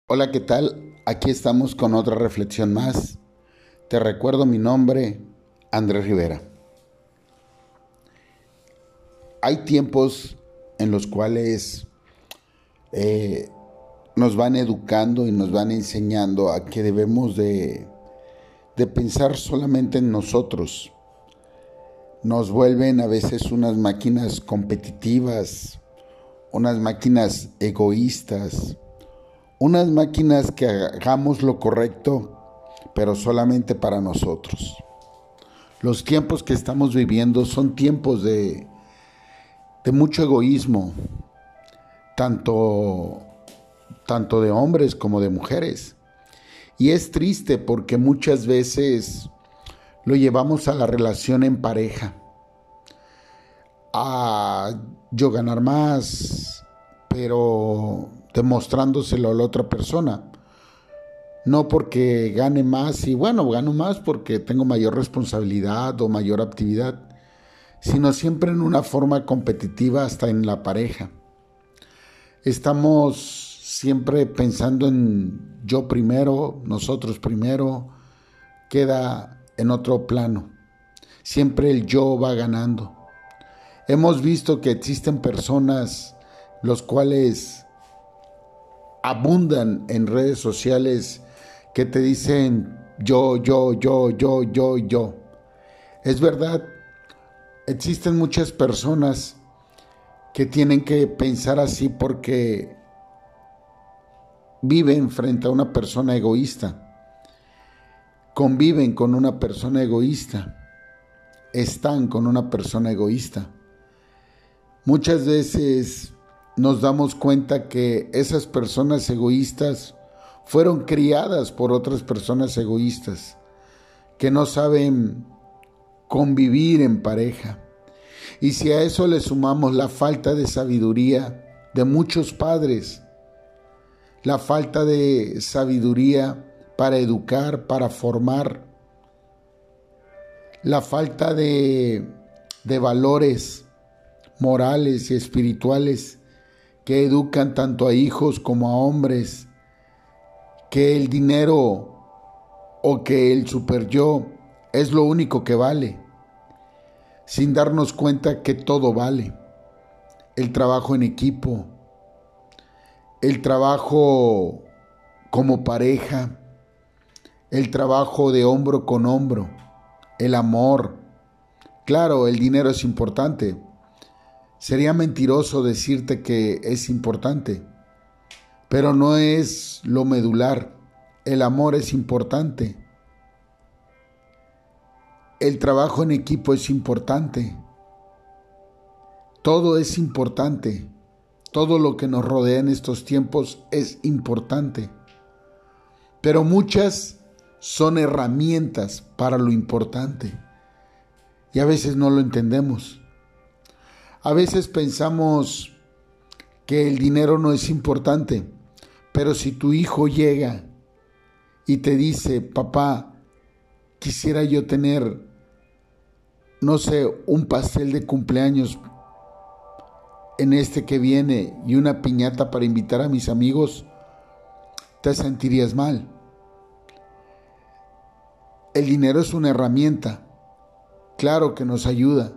Hola, ¿qué tal? Aquí estamos con otra reflexión más. Te recuerdo mi nombre, Andrés Rivera. Hay tiempos en los cuales eh, nos van educando y nos van enseñando a que debemos de pensar solamente en nosotros. Nos vuelven a veces unas máquinas competitivas, unas máquinas egoístas, unas máquinas que hagamos lo correcto, pero solamente para nosotros. Los tiempos que estamos viviendo son tiempos de mucho egoísmo, tanto, tanto de hombres como de mujeres. Y es triste porque muchas veces lo llevamos a la relación en pareja, a yo ganar más, pero demostrándoselo a la otra persona. No porque gane más y bueno, gano más porque tengo mayor responsabilidad o mayor actividad, sino siempre en una forma competitiva hasta en la pareja. Estamos siempre pensando en yo primero, nosotros primero, queda en otro plano. Siempre el yo va ganando. Hemos visto que existen personas los cuales abundan en redes sociales que te dicen yo. Es verdad, existen muchas personas que tienen que pensar así porque viven frente a una persona egoísta, conviven con una persona egoísta, están con una persona egoísta. Muchas veces nos damos cuenta que esas personas egoístas fueron criadas por otras personas egoístas que no saben convivir en pareja. Y si a eso le sumamos la falta de sabiduría de muchos padres, la falta de sabiduría para educar, para formar, la falta de valores morales y espirituales que educan tanto a hijos como a hombres, que el dinero o que el super yo es lo único que vale, sin darnos cuenta que todo vale. El trabajo en equipo, el trabajo como pareja, el trabajo de hombro con hombro, el amor. Claro, el dinero es importante. Sería mentiroso decirte que es importante, pero no es lo medular. El amor es importante. El trabajo en equipo es importante. Todo es importante. Todo lo que nos rodea en estos tiempos es importante. Pero muchas son herramientas para lo importante. Y a veces no lo entendemos. A veces pensamos que el dinero no es importante. Pero si tu hijo llega y te dice, papá, quisiera yo tener, no sé, un pastel de cumpleaños en este que viene y una piñata para invitar a mis amigos, te sentirías mal. El dinero es una herramienta. Claro que nos ayuda.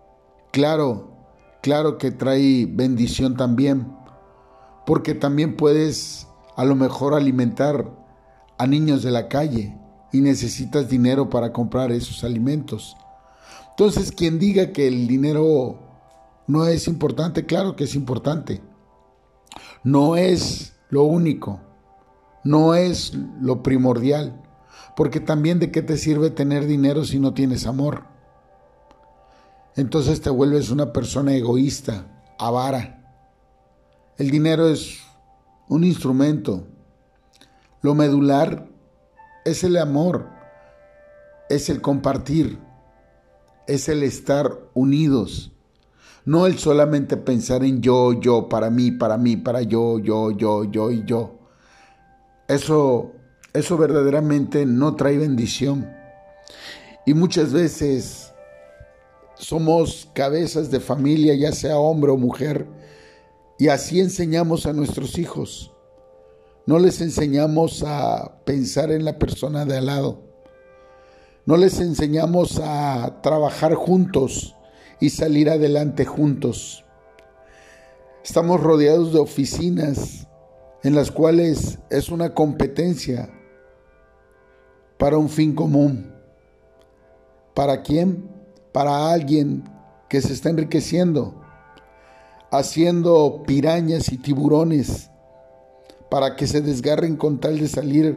Claro que trae bendición también. Porque también puedes a lo mejor alimentar a niños de la calle y necesitas dinero para comprar esos alimentos. Entonces, quien diga que el dinero no es importante, claro que es importante. No es lo único, no es lo primordial, porque también de qué te sirve tener dinero si no tienes amor. Entonces te vuelves una persona egoísta, avara. El dinero es un instrumento. Lo medular es el amor, es el compartir, es el estar unidos. No el solamente pensar en yo, para mí, para yo y yo. Eso verdaderamente no trae bendición. Y muchas veces somos cabezas de familia, ya sea hombre o mujer, y así enseñamos a nuestros hijos. No les enseñamos a pensar en la persona de al lado. No les enseñamos a trabajar juntos y salir adelante juntos. Estamos rodeados de oficinas en las cuales es una competencia para un fin común. ¿Para quién? Para alguien que se está enriqueciendo, haciendo pirañas y tiburones para que se desgarren con tal de salir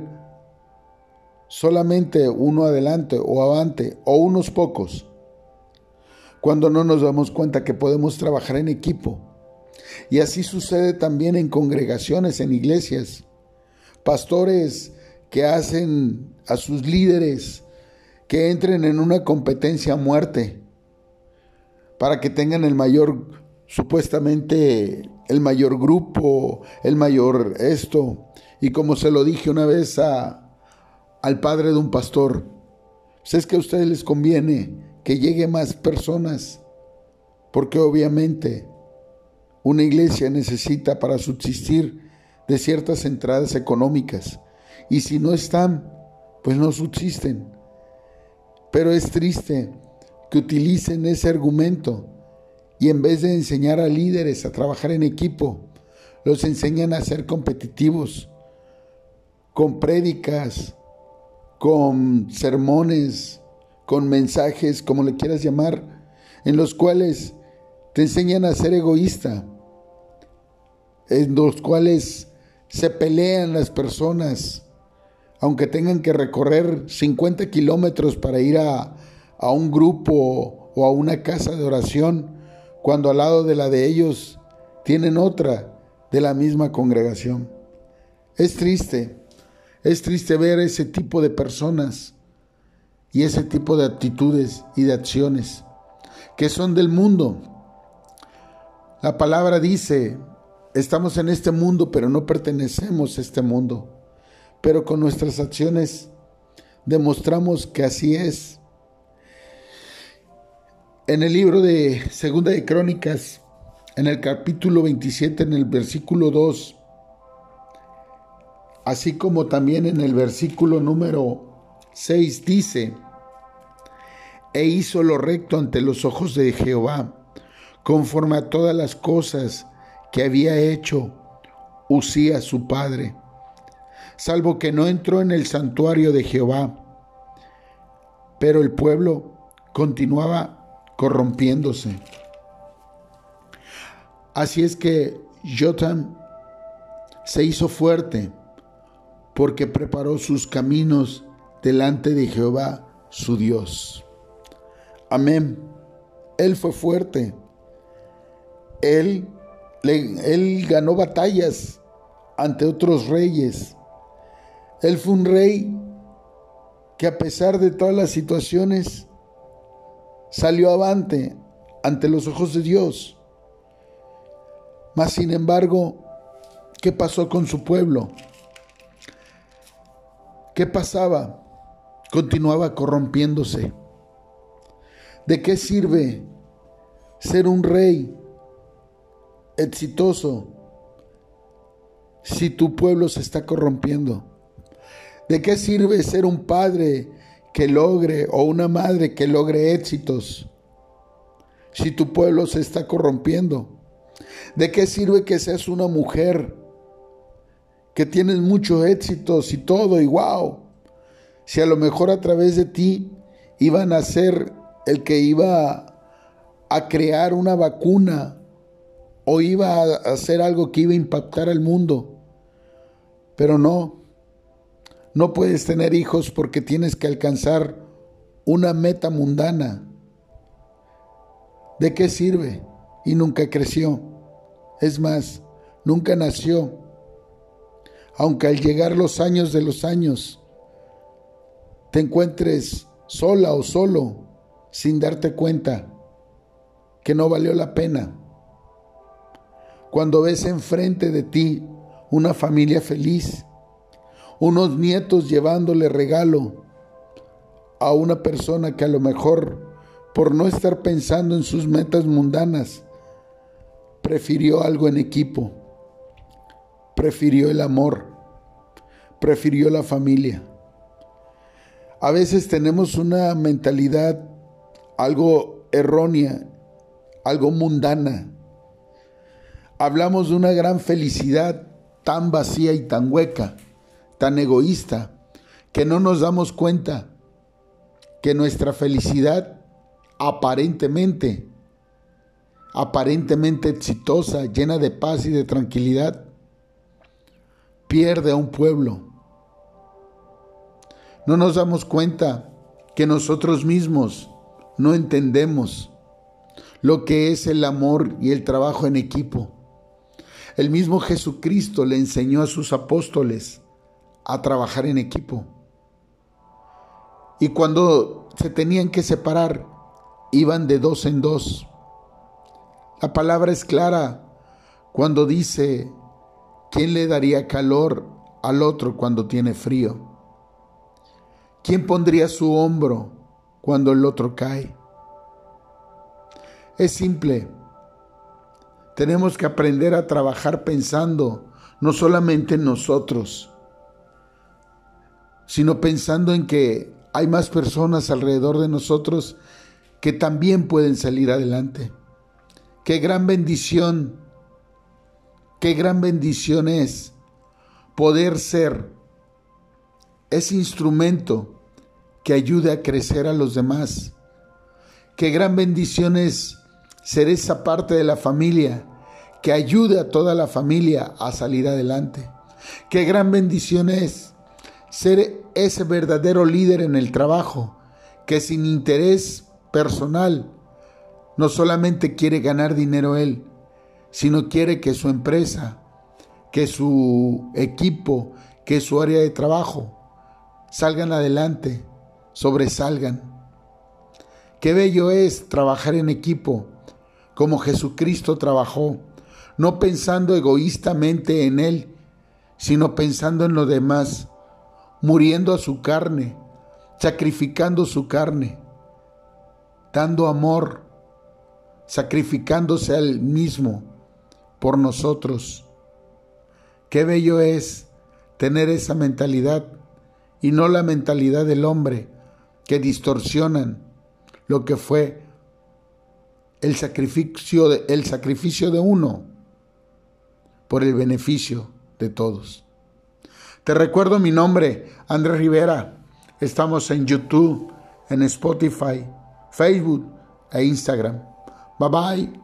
solamente uno adelante o avante o unos pocos, cuando no nos damos cuenta que podemos trabajar en equipo. Y así sucede también en congregaciones, en iglesias. Pastores que hacen a sus líderes que entren en una competencia a muerte para que tengan el mayor, supuestamente el mayor grupo, el mayor esto. Y como se lo dije una vez al padre de un pastor, pues es que a ustedes les conviene que llegue más personas, porque obviamente una iglesia necesita para subsistir de ciertas entradas económicas, y si no están, pues no subsisten. Pero es triste que utilicen ese argumento y en vez de enseñar a líderes a trabajar en equipo, los enseñan a ser competitivos, con prédicas, con sermones, con mensajes, como le quieras llamar, en los cuales te enseñan a ser egoísta, en los cuales se pelean las personas, aunque tengan que recorrer 50 kilómetros para ir a un grupo o a una casa de oración, cuando al lado de la de ellos tienen otra de la misma congregación. Es triste ver ese tipo de personas y ese tipo de actitudes y de acciones que son del mundo. La palabra dice: estamos en este mundo, pero no pertenecemos a este mundo. Pero con nuestras acciones demostramos que así es. En el libro de Segunda de Crónicas, en el capítulo 27, en el versículo 2, así como también en el versículo número 6, dice: e hizo lo recto ante los ojos de Jehová, conforme a todas las cosas que había hecho Uzías su padre, salvo que no entró en el santuario de Jehová. Pero el pueblo continuaba corrompiéndose. Así es que Jotam se hizo fuerte porque preparó sus caminos delante de Jehová su Dios. Amén. Él fue fuerte. Él ganó batallas ante otros reyes. Él fue un rey que, a pesar de todas las situaciones, salió avante ante los ojos de Dios. Mas, sin embargo, ¿qué pasó con su pueblo? ¿Qué pasaba? Continuaba corrompiéndose. ¿De qué sirve ser un rey exitoso si tu pueblo se está corrompiendo? ¿De qué sirve ser un padre que logre o una madre que logre éxitos si tu pueblo se está corrompiendo? ¿De qué sirve que seas una mujer que tienes muchos éxitos y todo y wow, si a lo mejor a través de ti iban a ser el que iba a crear una vacuna o iba a hacer algo que iba a impactar al mundo? Pero no puedes tener hijos porque tienes que alcanzar una meta mundana. ¿De qué sirve? Y nunca creció. Es más, nunca nació. Aunque al llegar los años de los años te encuentres sola o solo sin darte cuenta que no valió la pena. Cuando ves enfrente de ti una familia feliz, unos nietos llevándole regalo a una persona que a lo mejor, por no estar pensando en sus metas mundanas, prefirió algo en equipo, prefirió el amor, prefirió la familia. A veces tenemos una mentalidad algo errónea, algo mundana. Hablamos de una gran felicidad tan vacía y tan hueca, tan egoísta, que no nos damos cuenta que nuestra felicidad aparentemente exitosa, llena de paz y de tranquilidad, pierde a un pueblo. No nos damos cuenta que nosotros mismos no entendemos lo que es el amor y el trabajo en equipo. El mismo Jesucristo le enseñó a sus apóstoles a trabajar en equipo. Y cuando se tenían que separar, iban de dos en dos. La palabra es clara cuando dice: ¿quién le daría calor al otro cuando tiene frío? ¿Quién pondría su hombro cuando el otro cae? Es simple. Tenemos que aprender a trabajar pensando no solamente en nosotros, sino pensando en que hay más personas alrededor de nosotros que también pueden salir adelante. Qué gran bendición es poder ser ese instrumento que ayude a crecer a los demás. Qué gran bendición es ser esa parte de la familia que ayude a toda la familia a salir adelante. Qué gran bendición es ser ese verdadero líder en el trabajo que sin interés personal no solamente quiere ganar dinero él, sino quiere que su empresa, que su equipo, que su área de trabajo salgan adelante, sobresalgan. Qué bello es trabajar en equipo, como Jesucristo trabajó, no pensando egoístamente en Él, sino pensando en los demás, muriendo a su carne, sacrificando su carne, dando amor, sacrificándose a Él mismo por nosotros. Qué bello es tener esa mentalidad y no la mentalidad del hombre que distorsionan lo que fue el sacrificio de uno por el beneficio de todos. Te recuerdo mi nombre, Andrés Rivera. Estamos en YouTube, en Spotify, Facebook e Instagram. Bye bye.